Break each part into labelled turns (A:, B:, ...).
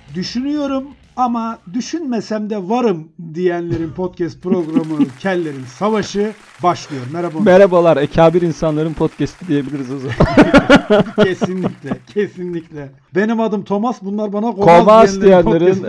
A: Düşünüyorum ama düşünmesem de varım diyenlerin podcast programı Kellerin Savaşı başlıyor. Merhaba.
B: Merhabalar. Ekabir insanların podcast'i diyebiliriz o zaman.
A: Kesinlikle. Benim adım Thomas. Bunlar bana
B: Komaz diyenlerin.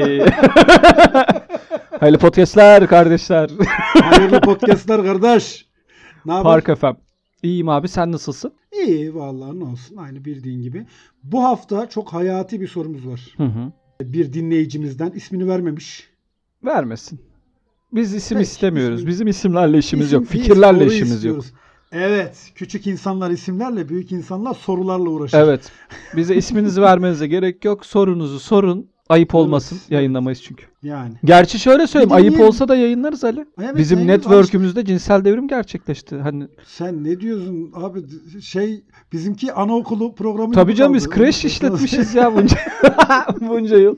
B: Hayırlı podcast'ler kardeşler.
A: Hayırlı podcast'lar kardeş. Ne haber?
B: Park FM. İyiyim abi, sen nasılsın?
A: İyi vallahi, ne olsun, aynı bildiğin gibi. Bu hafta çok hayati bir sorumuz var.
B: Hı.
A: Bir dinleyicimizden, ismini vermemiş.
B: Vermesin. Biz isim
A: Peki,
B: istemiyoruz. Bizim isimlerle işimiz yok. Fikirlerle işimiz yok.
A: Evet. Küçük insanlar isimlerle, büyük insanlar sorularla uğraşır.
B: Evet. Bize isminizi vermenize gerek yok. Sorunuzu sorun. Ayıp olmasın. Evet. Yayınlamayız çünkü.
A: Yani.
B: Gerçi şöyle söyleyeyim. Ayıp olsa da yayınlarız Ali.
A: Evet,
B: bizim network'ümüzde cinsel devrim gerçekleşti. Hani
A: sen ne diyorsun abi? Bizimki anaokulu programı.
B: Tabii canım, biz kreş işletmişiz ya bunca yıl.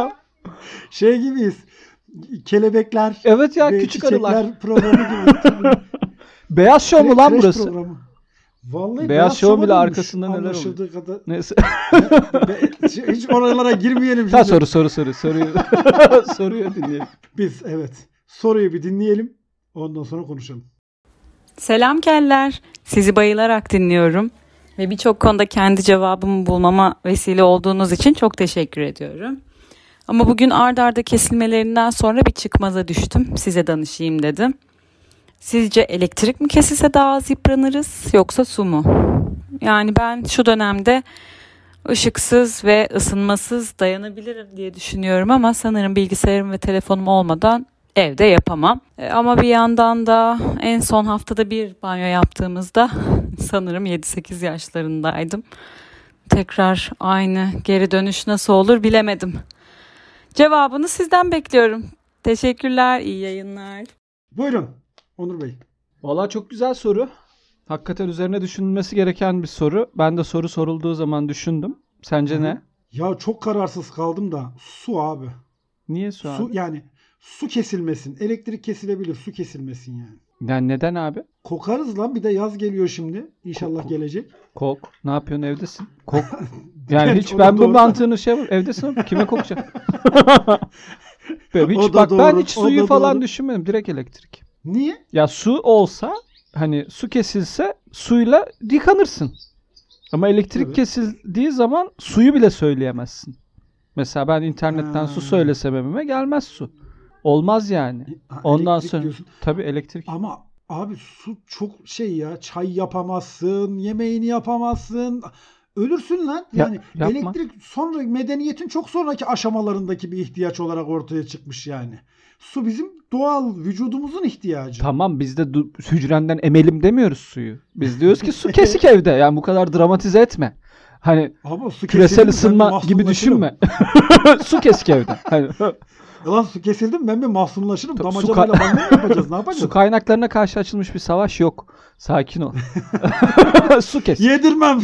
A: Gibiyiz. Kelebekler.
B: Evet ya, küçük arılar
A: programı gibi.
B: Beyaz Show mu lan burası?
A: Programı. Vallahi
B: Beyaz Show bile arkasında neler oluyor.
A: Kadar.
B: Neyse.
A: Hiç oralara girmeyelim.
B: Ha, soruyu dinleyelim.
A: Biz soruyu bir dinleyelim. Ondan sonra konuşalım.
C: Selam keller. Sizi bayılarak dinliyorum. Ve birçok konuda kendi cevabımı bulmama vesile olduğunuz için çok teşekkür ediyorum. Ama bugün ard arda kesilmelerinden sonra bir çıkmaza düştüm. Size danışayım dedim. Sizce elektrik mi kesilse daha az yıpranırız, yoksa su mu? Yani ben şu dönemde ışıksız ve ısınmasız dayanabilirim diye düşünüyorum ama sanırım bilgisayarım ve telefonum olmadan evde yapamam. Ama bir yandan da en son haftada bir banyo yaptığımızda sanırım 7-8 yaşlarındaydım. Tekrar aynı geri dönüş nasıl olur bilemedim. Cevabını sizden bekliyorum. Teşekkürler, iyi yayınlar.
A: Buyurun Onur Bey.
B: Vallahi çok güzel soru. Hakikaten üzerine düşünülmesi gereken bir soru. Ben de soru sorulduğu zaman düşündüm. Sence ne?
A: Ya çok kararsız kaldım da su abi.
B: Niye su abi?
A: Su, yani su kesilmesin. Elektrik kesilebilir, su kesilmesin yani.
B: Yani neden abi?
A: Kokarız lan, bir de yaz geliyor şimdi. İnşallah gelecek.
B: Kok. Ne yapıyorsun, evdesin? Kok. Yani hiç ben bu mantığını evdesin ama kime kokacak? Ben hiç suyu falan düşünmedim. Direkt elektrik.
A: Niye?
B: Ya su olsa, hani su kesilse suyla yıkanırsın. Ama elektrik kesildiği zaman suyu bile söyleyemezsin. Mesela ben internetten su söylesem evime gelmez su. Olmaz yani. Ondan sonra
A: diyorsun.
B: Tabii elektrik.
A: Ama abi su çok çay yapamazsın, yemeğini yapamazsın. Ölürsün lan. Yani elektrik sonra medeniyetin çok sonraki aşamalarındaki bir ihtiyaç olarak ortaya çıkmış yani. Su bizim doğal vücudumuzun ihtiyacı.
B: Tamam, biz de hücrenden emelim demiyoruz suyu. Biz diyoruz ki su kesik evde. Yani bu kadar dramatize etme. Hani küresel ısınma gibi düşünme. Su kesik evde. Hani
A: lan su kesildi mi ben bir mahzunlaşırım. Damacanayla banyo yapacağız. Ne yapacağız?
B: Su kaynaklarına karşı açılmış bir savaş yok. Sakin ol. Su kes.
A: Yedirmem.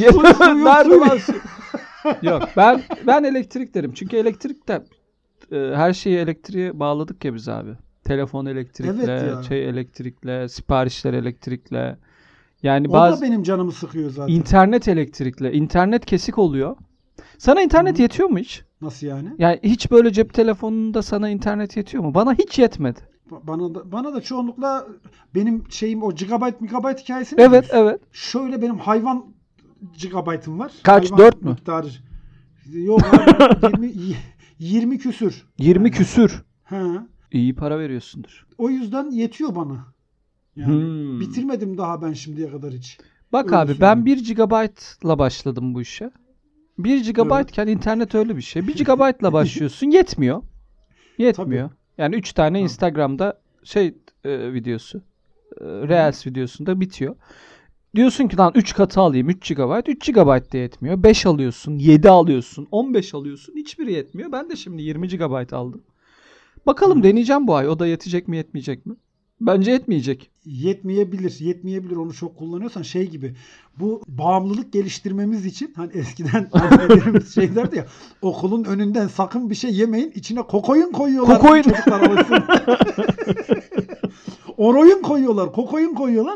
B: Su. Yok. Ben elektrik derim. Çünkü elektrikte her şeyi elektriğe bağladık ya biz abi. Telefon elektrikle, elektrikle, siparişler elektrikle. Yani
A: o da benim canımı sıkıyor zaten.
B: İnternet elektrikle. İnternet kesik oluyor. Sana internet yetiyor mu hiç?
A: Nasıl yani?
B: Yani hiç böyle cep telefonunda sana internet yetiyor mu? Bana hiç yetmedi.
A: Bana da çoğunlukla benim o gigabyte hikayesini.
B: Evet.
A: Şöyle benim hayvan gigabyte'ım var.
B: Kaç?
A: Hayvan
B: 4 mü?
A: Miktarı. Yok abi, 20 küsür.
B: 20 küsür.
A: Ha.
B: İyi para veriyorsundur.
A: O yüzden yetiyor bana. Yani bitirmedim daha ben şimdiye kadar hiç.
B: Bak öyle abi söyleyeyim. Ben 1 GB'la başladım bu işe. 1 GB iken internet öyle bir şey. 1 GB'la başlıyorsun, yetmiyor. Tabii. Yani 3 tane Instagram'da videosu, Reels videosunda bitiyor. Diyorsun ki lan 3 katı alayım, 3 GB. 3 GB de yetmiyor. 5 alıyorsun, 7 alıyorsun, 15 alıyorsun. Hiçbiri yetmiyor. Ben de şimdi 20 GB aldım. Bakalım deneyeceğim bu ay. O da yetecek mi, yetmeyecek mi? Bence yetmeyecek.
A: Yetmeyebilir. Onu çok kullanıyorsan gibi. Bu bağımlılık geliştirmemiz için hani eskiden şey derdi ya, okulun önünden sakın bir şey yemeyin, içine kokoyun koyuyorlar. Çocuklar alışsın. Oroyun koyuyorlar, kokoyun koyuyorlar.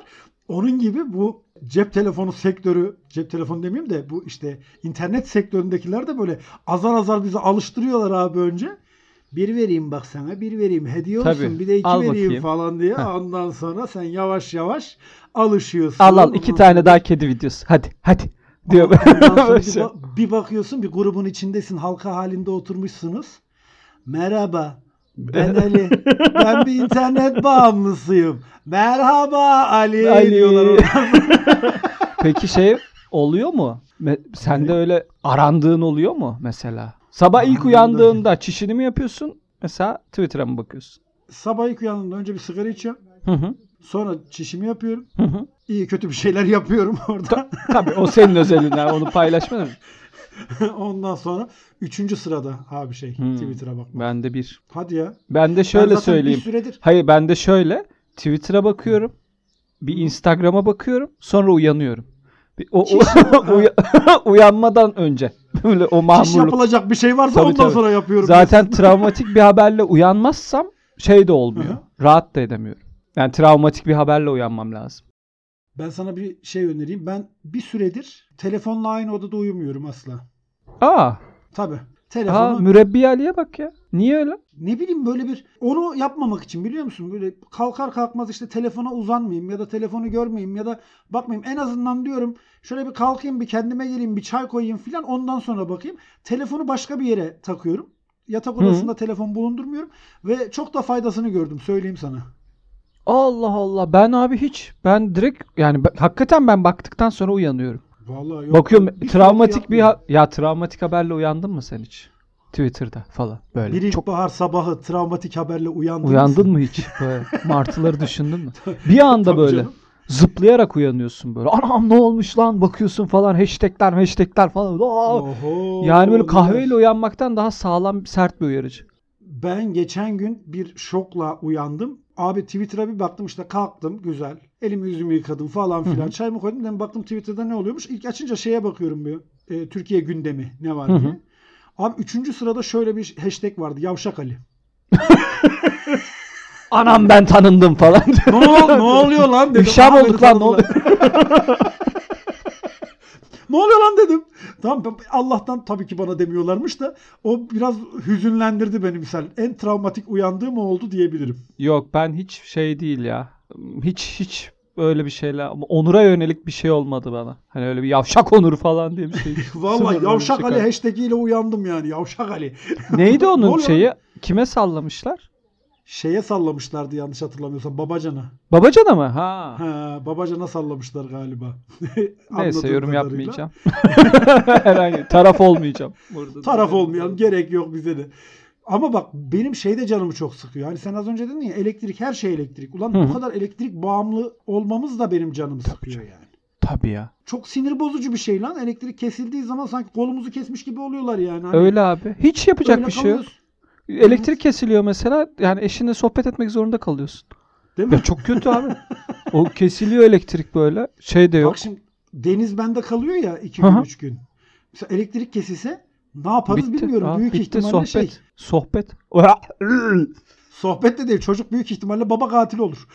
A: Onun gibi bu cep telefonu sektörü, cep telefonu demeyeyim de bu işte internet sektöründekiler de böyle azar azar bizi alıştırıyorlar abi önce. Bir vereyim bak sana, bir vereyim hediye olsun,
B: Tabii.
A: bir de 2
B: Al
A: vereyim
B: bakayım.
A: falan diye.
B: Heh.
A: Ondan sonra sen yavaş yavaş alışıyorsun.
B: Al 2 tane daha kedi videosu. Hadi diyor.
A: Ondan sonra
B: Böyle şey.
A: bir bakıyorsun bir grubun içindesin, halka halinde oturmuşsunuz. Merhaba. Ben Ali. Ben bir internet bağımlısıyım. Merhaba Ali, diyorlar oradan.
B: Peki şey oluyor mu? Sende öyle arandığın oluyor mu mesela? Sabah ilk uyandığında çişini mi yapıyorsun? Mesela Twitter'a mı bakıyorsun?
A: Sabah ilk uyandığımda önce bir sigara içiyorum.
B: Hı.
A: Sonra çişimi yapıyorum.
B: Hı.
A: İyi kötü bir şeyler yapıyorum orada.
B: Tabii o senin özelinden, onu paylaşma.
A: Ondan sonra 3. sırada abi Twitter'a bakmak.
B: Ben de 1.
A: Hadi ya.
B: Ben de
A: Ben
B: şöyle
A: zaten
B: söyleyeyim.
A: bir süredir
B: Hayır, ben de şöyle Twitter'a bakıyorum. Bir Instagram'a bakıyorum. Sonra uyanıyorum. Uyanmadan önce. Böyle o
A: çiş
B: mahmurluk.
A: yapılacak bir şey varsa
B: Tabii,
A: ondan
B: tabii.
A: sonra yapıyorum.
B: Zaten travmatik bir haberle uyanmazsam şey de olmuyor.
A: Hı.
B: Rahat da edemiyorum. Yani travmatik bir haberle uyanmam lazım.
A: Ben sana bir şey önereyim. Ben bir süredir telefonla aynı odada uyumuyorum asla.
B: Aa,
A: Tabii. Telefonu
B: Mürebbiye Ali'ye bak ya. Niye öyle?
A: ne bileyim böyle bir onu yapmamak için biliyor musun? Böyle kalkar kalkmaz işte telefona uzanmayayım ya da telefonu görmeyeyim ya da bakmayayım. En azından diyorum şöyle bir kalkayım, bir kendime geleyim, bir çay koyayım filan, ondan sonra bakayım. Telefonu başka bir yere takıyorum. Yatak odasında telefon bulundurmuyorum ve çok da faydasını gördüm, söyleyeyim sana.
B: Allah Allah. Ben direkt yani hakikaten ben baktıktan sonra uyanıyorum.
A: Vallahi yok.
B: Bakıyorum
A: Bir
B: travmatik
A: süredir yapmıyorum.
B: travmatik haberle uyandın mı sen hiç? Twitter'da falan böyle.
A: Bir
B: Çok
A: ilkbahar sabahı travmatik haberle
B: uyandın mı hiç? Böyle martıları düşündün mü? Bir anda
A: Tabii
B: böyle
A: canım.
B: zıplayarak uyanıyorsun böyle. Anam ne olmuş lan, bakıyorsun falan, hashtagler falan. Aa!
A: Oho,
B: Yani böyle
A: neler.
B: kahveyle uyanmaktan daha sağlam, sert bir uyarıcı.
A: Ben geçen gün bir şokla uyandım. Abi Twitter'a bir baktım, işte kalktım güzel. Elimi yüzümü yıkadım falan filan. Çayımı koydum. Dedim baktım Twitter'da ne oluyormuş. İlk açınca şeye bakıyorum bir. Türkiye gündemi ne var diye. Abi 3. sırada şöyle bir hashtag vardı. Yavşak Ali.
B: Anam ben tanındım falan.
A: Ne oluyor lan dedim.
B: İfşa mı
A: Aha,
B: olduk
A: beni
B: lan, ne oluyor?
A: Ne oluyor lan dedim. Tamam, Allah'tan tabii ki bana demiyorlarmış da o biraz hüzünlendirdi beni misal. En travmatik uyandığım o oldu diyebilirim.
B: Yok, ben hiç şey değil ya. Hiç öyle bir şeyler, ama Onur'a yönelik bir şey olmadı bana. Hani öyle bir yavşak Onur falan diye bir şey.
A: Vallahi
B: Sıfır
A: Yavşak
B: öyle bir
A: Ali
B: şey.
A: hashtag ile uyandım yani. Yavşak Ali.
B: Neydi
A: Ne
B: onun
A: oluyor
B: şeyi? Kime sallamışlar?
A: Şeye sallamışlardı yanlış hatırlamıyorsam. Babacan'a.
B: Babacan'a mı? Ha.
A: Ha, Babacan'a sallamışlar galiba.
B: Neyse,
A: Anladığım
B: yorum
A: kadarıyla.
B: yapmayacağım. Herhangi taraf olmayacağım. Burada
A: Taraf olmayalım. Gerek yok bize de. Ama bak benim şeyde canımı çok sıkıyor. Hani sen az önce dedin ya, elektrik, her şey elektrik. Ulan bu kadar elektrik bağımlı olmamız da benim canımı sıkıyor yani.
B: Tabii ya.
A: Çok sinir bozucu bir şey lan. Elektrik kesildiği zaman sanki kolumuzu kesmiş gibi oluyorlar yani. Hani
B: Öyle abi. Hiç yapacak
A: öyle
B: bir şey yok.
A: kalıyoruz.
B: Elektrik kesiliyor mesela. Yani eşinle sohbet etmek zorunda kalıyorsun.
A: Değil mi?
B: Ya çok kötü abi. O kesiliyor elektrik böyle. Şey de yok.
A: Bak şimdi deniz bende kalıyor ya 2
B: Hı
A: gün
B: hı.
A: 3 gün. Mesela elektrik kesilse ne yaparız bilmiyorum.
B: Aa,
A: Büyük
B: bitti,
A: ihtimalle
B: sohbet.
A: sohbet de değil. Çocuk büyük ihtimalle baba katili olur.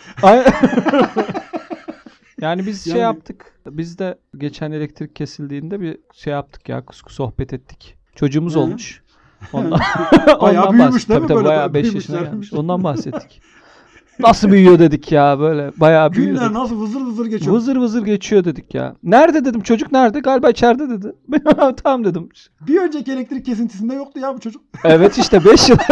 B: Yani biz şey
A: Yani-
B: yaptık. Biz de geçen elektrik kesildiğinde bir şey yaptık ya. Sohbet ettik. Çocuğumuz
A: Hı.
B: olmuş. Ondan,
A: Bayağı
B: ondan
A: büyümüş değil mi
B: tabii,
A: böyle?
B: bayağı 5
A: Büyümüşler.
B: yaşına gelmiş. Ondan bahsettik. Nasıl büyüyor dedik ya, böyle. Bayağı büyüyor
A: Günler
B: dedik.
A: nasıl vızır vızır geçiyor.
B: Vızır vızır geçiyor dedik ya. Nerede dedim, çocuk nerede? Galiba içeride dedi. Tamam dedim.
A: Bir önceki elektrik kesintisinde yoktu ya bu çocuk.
B: Evet işte 5 yıl.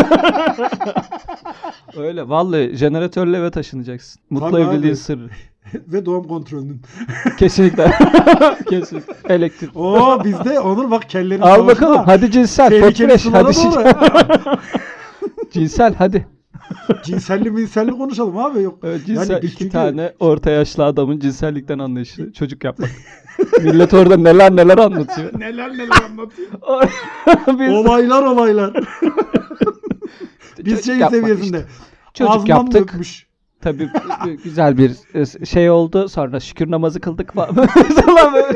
B: Öyle vallahi jeneratörle eve taşınacaksın. Mutlu
A: Tabii
B: evliliğin
A: abi.
B: sırrı.
A: Ve doğum kontrolünün.
B: Kesinlikle. Kesinlikle. Elektrik.
A: Oo bizde Onur bak kellerin
B: Al
A: savaşı
B: bakalım.
A: da.
B: Hadi cinsel.
A: Tehlikeli
B: Potfresh.
A: sulara
B: Hadi
A: doğru.
B: cinsel hadi.
A: Cinselli minselli konuşalım abi, yok.
B: Evet, cinsel
A: Yani biz
B: iki
A: çünkü-
B: tane orta yaşlı adamın cinsellikten anlayışı çocuk yapmak. Millet orada neler anlatıyor.
A: Neler anlatıyor.
B: Biz
A: Olaylar. Biz
B: çocuk
A: şey
B: yapmak
A: seviyesinde.
B: işte. Çocuk
A: Ağzından mı
B: yaptık.
A: öpmüş?
B: Tabii güzel bir şey oldu. Sonra şükür namazı kıldık falan. Falan böyle.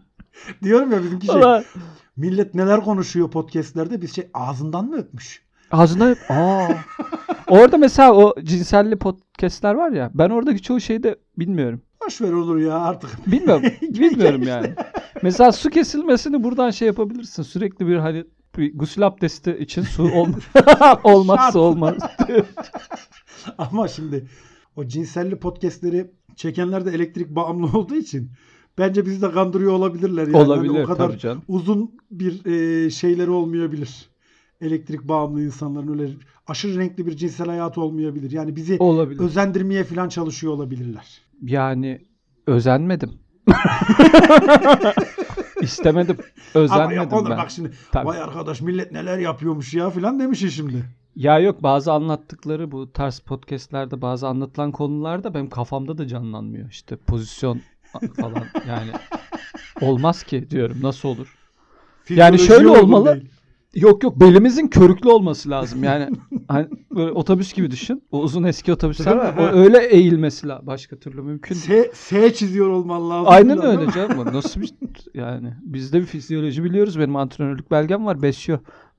A: Diyorum ya bizimki şey.
B: Falan.
A: Millet neler konuşuyor podcastlerde, biz şey ağzından mı öpmüş?
B: Ağzına orada mesela o cinselli podcastler var ya, ben oradaki çoğu şeyi de bilmiyorum.
A: Boş ver olur ya artık.
B: Bilmiyorum yani. Mesela su kesilmesini buradan şey yapabilirsin. Sürekli bir hani bir gusül abdesti için su olmazsa olmaz.
A: Ama şimdi o cinselli podcastleri çekenler de elektrik bağımlı olduğu için bence bizi de kandırıyor olabilirler. Yani.
B: Olabilir
A: hani o kadar
B: tabii canım.
A: uzun bir şeyleri olmayabilir. Elektrik bağımlı insanların öyle aşırı renkli bir cinsel hayatı olmayabilir. Yani bizi özendirmeye falan çalışıyor olabilirler.
B: Yani özenmedim. İstemedim. Özenmedim
A: ama
B: ben.
A: Bak şimdi
B: Tabii.
A: Vay arkadaş millet neler yapıyormuş ya falan demişsin şimdi.
B: Ya yok, bazı anlattıkları bu tarz podcastlerde, bazı anlatılan konularda benim kafamda da canlanmıyor. İşte pozisyon falan yani olmaz ki diyorum, nasıl olur? Yani şöyle olmalı. Değil. Yok belimizin körüklü olması lazım. Yani hani böyle otobüs gibi düşün. O uzun eski otobüsler var. O öyle eğilmesi lazım. Başka türlü mümkün değil.
A: S çiziyor olman lazım.
B: Aynen öyle canım. Nasıl bir yani bizde bir fizyoloji biliyoruz. Benim antrenörlük belgem var. Besyo.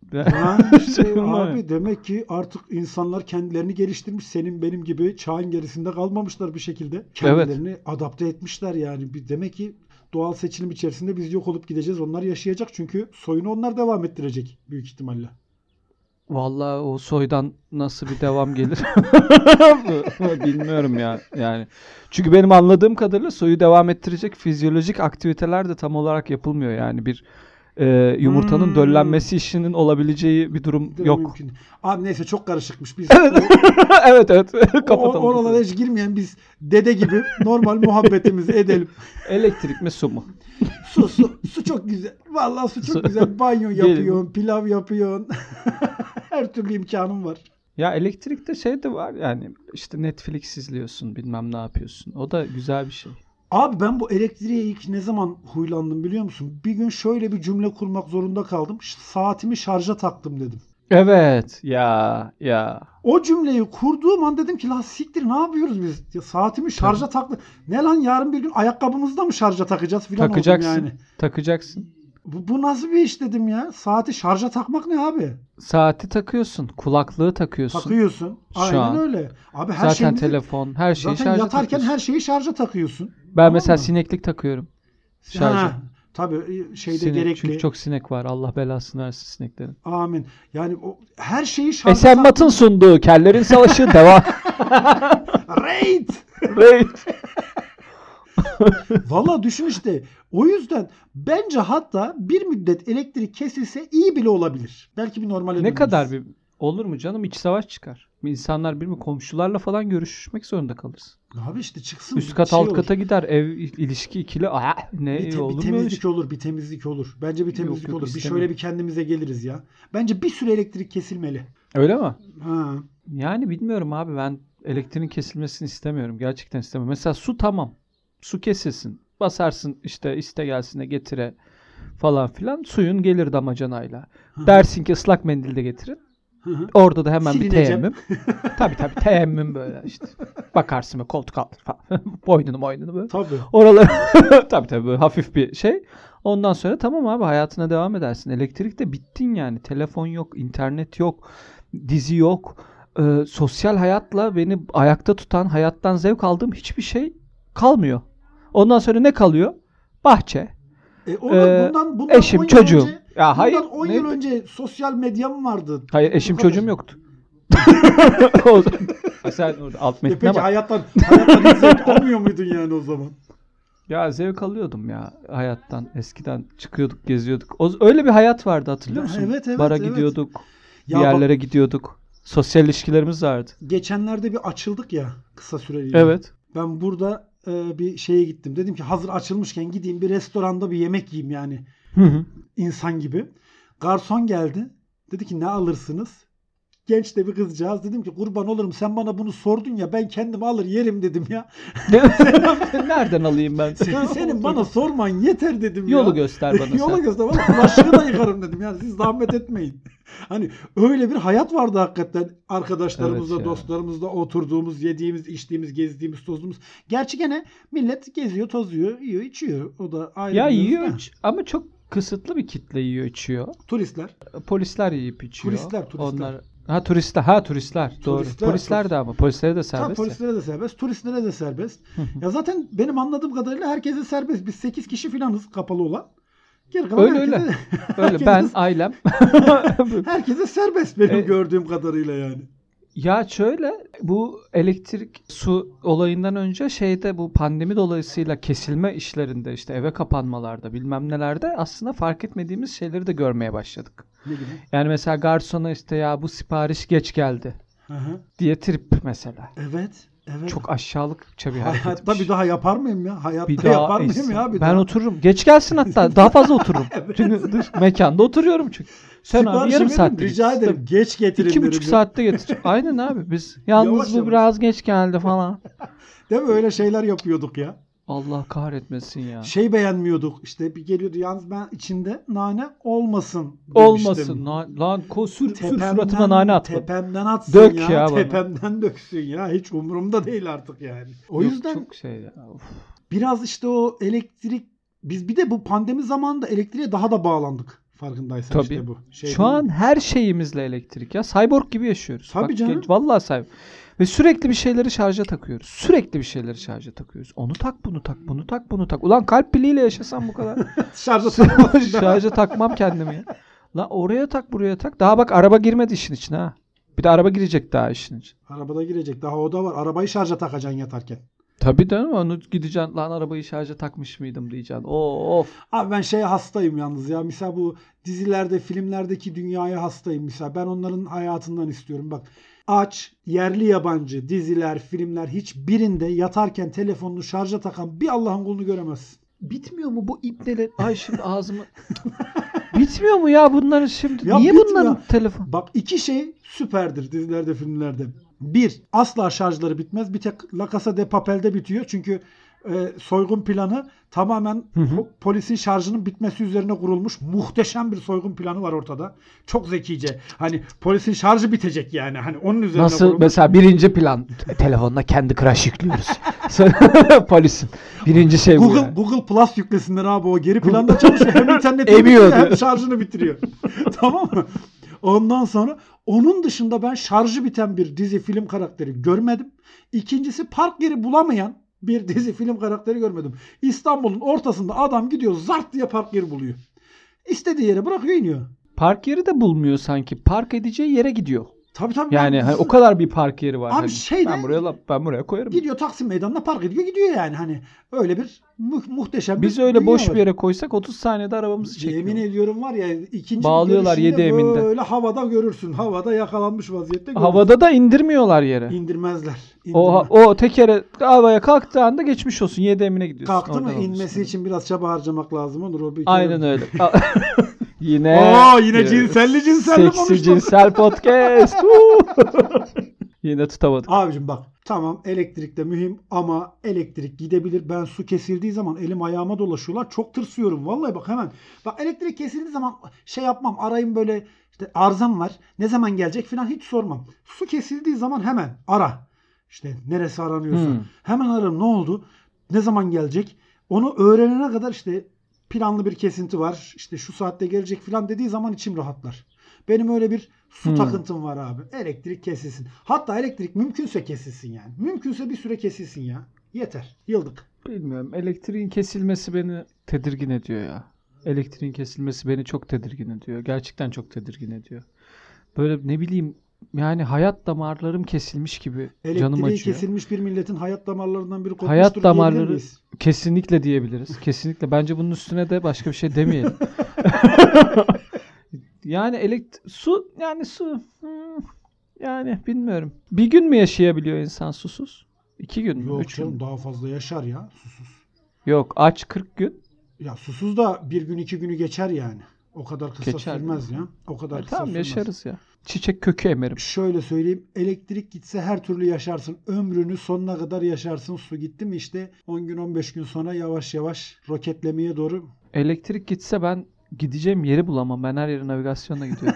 A: Abi demek ki artık insanlar kendilerini geliştirmiş. Senin benim gibi çağın gerisinde kalmamışlar bir şekilde. Kendilerini adapte etmişler yani. Demek ki doğal seçilim içerisinde biz yok olup gideceğiz. Onlar yaşayacak çünkü soyunu onlar devam ettirecek büyük ihtimalle.
B: Vallahi o soydan nasıl bir devam gelir bilmiyorum ya. Yani çünkü benim anladığım kadarıyla soyu devam ettirecek fizyolojik aktiviteler de tam olarak yapılmıyor. Yani bir yumurtanın döllenmesi işinin olabileceği bir durum yok.
A: Mümkün. Abi neyse çok karışıkmış. Biz
B: evet. Kapatalım.
A: Oralara hiç girmeyen biz dede gibi normal muhabbetimizi edelim.
B: Elektrik mi su mu?
A: Su çok güzel. Vallahi su çok güzel. Banyo yapıyorsun, pilav yapıyorsun. Her türlü imkanın var.
B: Ya elektrikte şey de var yani, işte Netflix izliyorsun, bilmem ne yapıyorsun. O da güzel bir şey.
A: Abi ben bu elektriğe ilk ne zaman huylandım biliyor musun? Bir gün şöyle bir cümle kurmak zorunda kaldım. Saatimi şarja taktım dedim.
B: Evet ya.
A: O cümleyi kurduğum an dedim ki la siktir ne yapıyoruz biz? Ya saatimi şarja taktım. Ne lan yarın bir gün ayakkabımızı da mı şarja takacağız filan oldum yani.
B: Takacaksın.
A: Bu nasıl bir iş dedim ya? Saati şarja takmak ne abi?
B: Saati takıyorsun. Kulaklığı takıyorsun.
A: Takıyorsun. Aynen öyle. Abi her
B: zaten telefon, her şeyi
A: zaten
B: şarja
A: yatarken
B: takıyorsun.
A: Her şeyi şarja takıyorsun.
B: Ben mesela sineklik takıyorum. Şarja.
A: Tabii şeyde gerekli.
B: Çünkü çok sinek var. Allah belasını versin sineklerin.
A: Amin. Yani her şeyi şarja
B: Esenmat'ın sunduğu Kellerin Savaşı devam.
A: Raid. Valla düşün işte. O yüzden bence hatta bir müddet elektrik kesilse iyi bile olabilir. Belki bir normale döneriz.
B: Ne kadar bir olur mu canım? İç savaş çıkar. İnsanlar komşularla falan görüşmek zorunda kalırız.
A: Abi işte çıksın.
B: Üst kat alt kata gider. Ev ilişki ikili.
A: Bir temizlik olur. Bir temizlik olur. Bence bir temizlik olur. Bir şöyle bir kendimize geliriz ya. Bence bir süre elektrik kesilmeli.
B: Öyle mi?
A: Ha.
B: Yani bilmiyorum abi, ben elektriğin kesilmesini istemiyorum. Gerçekten istemiyorum. Mesela su tamam. Su kesilsin. Basarsın işte iste gelsine getire falan filan. Suyun gelir damacanayla. Dersin ki ıslak mendil de getirin. Orada da hemen
A: Silineceğim.
B: bir teyemmüm. Tabii teyemmüm böyle işte. Bakarsın böyle koltuk altı falan. boynunu böyle.
A: Tabii.
B: Oraları tabii böyle hafif bir şey. Ondan sonra tamam abi, hayatına devam edersin. Elektrikte bittin yani. Telefon yok, internet yok, dizi yok. Sosyal hayatla beni ayakta tutan, hayattan zevk aldığım hiçbir şey kalmıyor. Ondan sonra ne kalıyor? Bahçe.
A: Bundan
B: eşim, çocuğum. Ya hayır.
A: Bundan 10 yıl önce sosyal medya mı vardı?
B: Hayır, eşim, çocuğum yoktu. Sen orada alt metne
A: peki
B: bak.
A: hayattan hiç zevk almıyor muydun yani o zaman?
B: Ya zevk alıyordum ya hayattan. Eskiden çıkıyorduk, geziyorduk. Öyle bir hayat vardı, hatırlıyor musun?
A: Evet.
B: Bara gidiyorduk. Bir yerlere gidiyorduk. Sosyal ilişkilerimiz vardı.
A: Geçenlerde bir açıldık ya kısa süreliğine.
B: Evet.
A: Ben burada bir şeye gittim. Dedim ki hazır açılmışken gideyim bir restoranda bir yemek yiyeyim yani. İnsan gibi. Garson geldi. Dedi ki ne alırsınız? Genç de bir kızcağız. Dedim ki kurban olurum sen bana bunu sordun ya ben kendim alır yerim dedim ya.
B: Nereden alayım ben?
A: Senin bana sorman yeter dedim
B: Yolu
A: ya.
B: göster bana
A: Yolu göster bana. Bulaşığı da yıkarım dedim. Yani siz zahmet etmeyin. Hani öyle bir hayat vardı hakikaten. Arkadaşlarımızla,
B: evet
A: dostlarımızla oturduğumuz, yediğimiz, içtiğimiz, gezdiğimiz, tozduğumuz. Gerçi gene millet geziyor, tozuyor, yiyor, içiyor. O da ayrı.
B: Ya yiyor ama çok kısıtlı bir kitle yiyor, içiyor.
A: Turistler.
B: Polisler yiyip içiyor.
A: Turistler.
B: Onlar Turistler. Doğru. Polisler de ama. Polislere de serbest.
A: Tabii polislere de serbest. Turistlere de serbest. Ya zaten benim anladığım kadarıyla herkese serbest. Biz 8 kişi filanız kapalı olan. Geri kalan
B: Öyle.
A: herkese,
B: Ben, ailem.
A: herkese serbest benim gördüğüm kadarıyla yani.
B: Ya şöyle, bu elektrik su olayından önce bu pandemi dolayısıyla kesilme işlerinde, işte eve kapanmalarda bilmem nelerde aslında fark etmediğimiz şeyleri de görmeye başladık.
A: Ne gibi?
B: Yani mesela garsona işte ya bu sipariş geç geldi diye trip mesela.
A: Evet.
B: Çok aşağılıkça bir hareketmiş.
A: Hayatta bir daha yapar mıyım ya?
B: Bir daha
A: yapar mıyım ya?
B: Ben otururum. Geç gelsin hatta. Daha fazla otururum.
A: Evet.
B: Çünkü mekanda oturuyorum çünkü. Sen abi yarım saatte
A: rica ederim. Geç getirin.
B: 2,5 saatte getir. Aynen abi biz. Yalnız bu biraz geç geldi falan.
A: Değil mi? Öyle şeyler yapıyorduk ya.
B: Allah kahretmesin ya.
A: Beğenmiyorduk. İşte bir geliyordu. Yalnız ben içinde nane olmasın demiştim.
B: Olmasın. Lan sür suratıma nane atma.
A: Tepemden atsın
B: Dök ya
A: tepemden döksün ya. Hiç umurumda değil artık yani. O yüzden
B: çok ya.
A: biraz işte o elektrik, biz bir de bu pandemi zamanında elektriğe daha da bağlandık. Farkındaysan
B: tabii.
A: İşte bu.
B: Şu an her şeyimizle elektrik ya. Cyborg gibi yaşıyoruz.
A: Tabii canım.
B: Vallahi cyborg. Ve sürekli bir şeyleri şarja takıyoruz. Onu tak, bunu tak. Ulan kalp piliyle yaşasam bu kadar. Şarja takmam kendimi ya. Lan oraya tak, buraya tak. Daha bak araba girmedi işin içine ha. Bir de araba girecek daha işin içine.
A: Arabada girecek. Daha o da var. Arabayı şarja takacaksın yatarken.
B: Tabii değil mi? Onu gideceksin. Lan arabayı şarja takmış mıydım diyeceksin. Of.
A: Abi ben hastayım yalnız ya. Mesela bu dizilerde, filmlerdeki dünyaya hastayım. Mesela ben onların hayatından istiyorum. Bak, aç, yerli yabancı diziler, filmler, hiçbirinde yatarken telefonunu şarja takan bir Allah'ın kulunu göremezsin.
B: Bitmiyor mu bu ibneler? Ay şimdi ağzımı... Bitmiyor mu ya bunların şimdi?
A: Ya
B: niye
A: bitmiyor.
B: bunların telefon?
A: Bak, 2 şey süperdir dizilerde, filmlerde. 1, asla şarjları bitmez. Bir tek La Casa de Papel'de bitiyor. Çünkü soygun planı tamamen polisin şarjının bitmesi üzerine kurulmuş. Muhteşem bir soygun planı var ortada. Çok zekice. Hani polisin şarjı bitecek yani. Hani onun üzerine
B: nasıl
A: kurulmuş.
B: mesela birinci plan telefonla kendi crash yüklüyoruz. Polisin birinci şey bu. Yani.
A: Google Plus yüklesinler abi, o geri planda çalışıyor. Hem interneti
B: Emiyor
A: hem şarjını bitiriyor. Tamam mı? Ondan sonra onun dışında ben şarjı biten bir dizi film karakteri görmedim. İkincisi, park yeri bulamayan bir dizi film karakteri görmedim. İstanbul'un ortasında adam gidiyor, zart diye park yeri buluyor. İstediği yere bırakıyor, iniyor.
B: Park yeri de bulmuyor sanki. Park edeceği yere gidiyor.
A: Tabii.
B: Yani hani o kadar bir park yeri var.
A: Abi
B: hani, ben buraya koyarım.
A: Gidiyor Taksim Meydanı'na park ediyor, gidiyor yani. Hani öyle bir muhteşem
B: biz
A: bir
B: öyle boş
A: var.
B: bir yere koysak 30 saniyede arabamızı çekiyor.
A: Yemin ediyorum var ya, ikinci
B: bağlıyorlar 7 eminde.
A: Böyle havada görürsün. Havada yakalanmış vaziyette görürsün.
B: Havada da indirmiyorlar yere.
A: İndirmezler.
B: O tekere havaya kalktığı anda geçmiş olsun. 7 emine gidiyorsun.
A: Kalktı mı inmesi için biraz çaba harcamak lazım olur. O bir
B: aynen öyle. Yine
A: cinselli
B: seksi
A: konuştuk.
B: cinsel podcast. Yine tutamadık.
A: Abicim bak, tamam, elektrik de mühim ama elektrik gidebilir. Ben su kesildiği zaman elim ayağıma dolaşıyorlar. Çok tırsıyorum. Vallahi bak hemen. Bak, elektrik kesildiği zaman yapmam. Arayayım böyle, işte arızam var. Ne zaman gelecek falan hiç sormam. Su kesildiği zaman hemen ara. İşte neresi aranıyorsa. Hemen ararım. Ne oldu? Ne zaman gelecek? Onu öğrenene kadar işte planlı bir kesinti var. İşte şu saatte gelecek falan dediği zaman içim rahatlar. Benim öyle bir su takıntım var abi. Elektrik kesilsin. Hatta elektrik mümkünse kesilsin yani. Mümkünse bir süre kesilsin ya. Yeter. Yıldık.
B: Bilmiyorum. Elektriğin kesilmesi beni tedirgin ediyor ya. Elektriğin kesilmesi beni çok tedirgin ediyor. Gerçekten çok tedirgin ediyor. Böyle ne bileyim, yani hayat damarlarım kesilmiş gibi canım acıyor.
A: Elektriği kesilmiş bir milletin hayat damarlarından biri kopmuştur.
B: Hayat damarları
A: miyiz?
B: Kesinlikle diyebiliriz. Kesinlikle. Bence bunun üstüne de başka bir şey demeyelim. Yani su yani bilmiyorum. Bir gün mü yaşayabiliyor insan susuz? 2 gün mü?
A: Yok
B: 3
A: canım,
B: gün.
A: daha fazla yaşar ya susuz.
B: Yok, aç 40 gün.
A: Ya susuz da 1 gün 2 günü geçer yani. O kadar kısa
B: Geçer
A: sürmez ya. O kadar kısa
B: tamam,
A: sürmez.
B: yaşarız ya. Çiçek kökü emerim.
A: Şöyle söyleyeyim. Elektrik gitse her türlü yaşarsın. Ömrünü sonuna kadar yaşarsın. Su gitti mi işte 10 gün 15 gün sonra yavaş yavaş roketlemeye doğru.
B: Elektrik gitse ben gideceğim yeri bulamam. Ben her yere navigasyonla gidiyorum.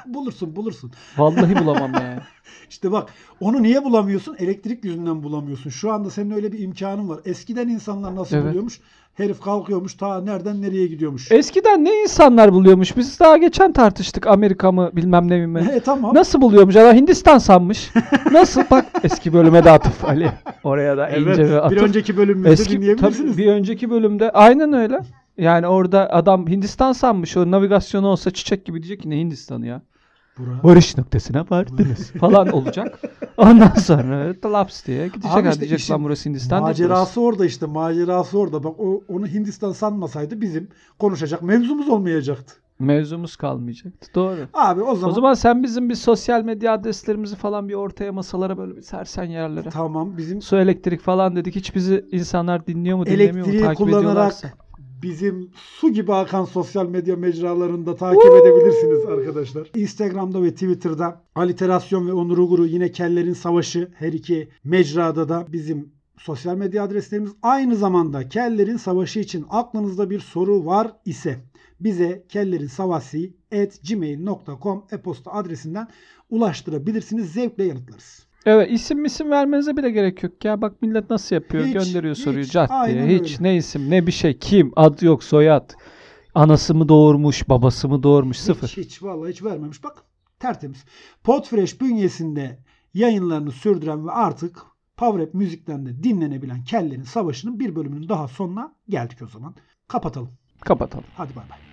A: Bulursun.
B: Vallahi bulamam yani.
A: İşte bak, onu niye bulamıyorsun? Elektrik yüzünden bulamıyorsun. Şu anda senin öyle bir imkanın var. Eskiden insanlar nasıl
B: Evet.
A: buluyormuş? Herif kalkıyormuş, ta nereden nereye gidiyormuş.
B: Eskiden ne insanlar buluyormuş? Biz daha geçen tartıştık, Amerika mı bilmem ne mi?
A: Tamam.
B: Nasıl buluyormuş? Adam Hindistan sanmış. Nasıl? Bak, eski bölüme de atıf Ali. Oraya da
A: Evet,
B: ince bir atıf.
A: bir önceki bölümümüzde dinleyebilirsiniz.
B: Tabii, bir önceki bölümde aynen öyle. Yani orada adam Hindistan sanmış. O navigasyonu olsa çiçek gibi diyecek ki ne Hindistan'ı ya? Varış noktasına vardınız falan olacak. Ondan sonra laps diye gidecek.
A: Abi işte
B: diyecek
A: işin
B: lan burası Hindistan değil
A: macerası orada işte. Macerası orada. Bak, onu Hindistan sanmasaydı bizim konuşacak mevzumuz olmayacaktı.
B: Mevzumuz kalmayacaktı. Doğru.
A: Abi o zaman
B: sen bizim bir sosyal medya adreslerimizi falan bir ortaya masalara böyle bir sersen yerlere.
A: tamam, bizim
B: Su elektrik falan dedik. Hiç bizi insanlar dinliyor mu dinlemiyor mu
A: elektriği
B: takip
A: kullanarak
B: ediyorlarsa.
A: bizim su gibi akan sosyal medya mecralarında takip edebilirsiniz arkadaşlar. Instagram'da ve Twitter'da Aliterasyon ve Onur Uguru, yine Kellerin Savaşı, her iki mecrada da bizim sosyal medya adreslerimiz. Aynı zamanda Kellerin Savaşı için aklınızda bir soru var ise bize kellerinsavasi@gmail.com e-posta adresinden ulaştırabilirsiniz. Zevkle yanıtlarız.
B: Evet, isim vermenize bile gerek yok ya. Bak millet nasıl yapıyor.
A: Hiç,
B: Gönderiyor soruyu
A: hiç.
B: cart diye.
A: Aynen
B: Hiç
A: öyle.
B: ne isim ne bir şey. Kim? Ad yok, soyad. Anası mı doğurmuş, babası mı doğurmuş? Sıfır.
A: Hiç vallahi hiç vermemiş. Bak, tertemiz. Podfresh bünyesinde yayınlarını sürdüren ve artık Power müzikten de dinlenebilen Kellerin Savaşı'nın bir bölümünün daha sonuna geldik o zaman. Kapatalım.
B: Kapatalım.
A: Hadi bay bay.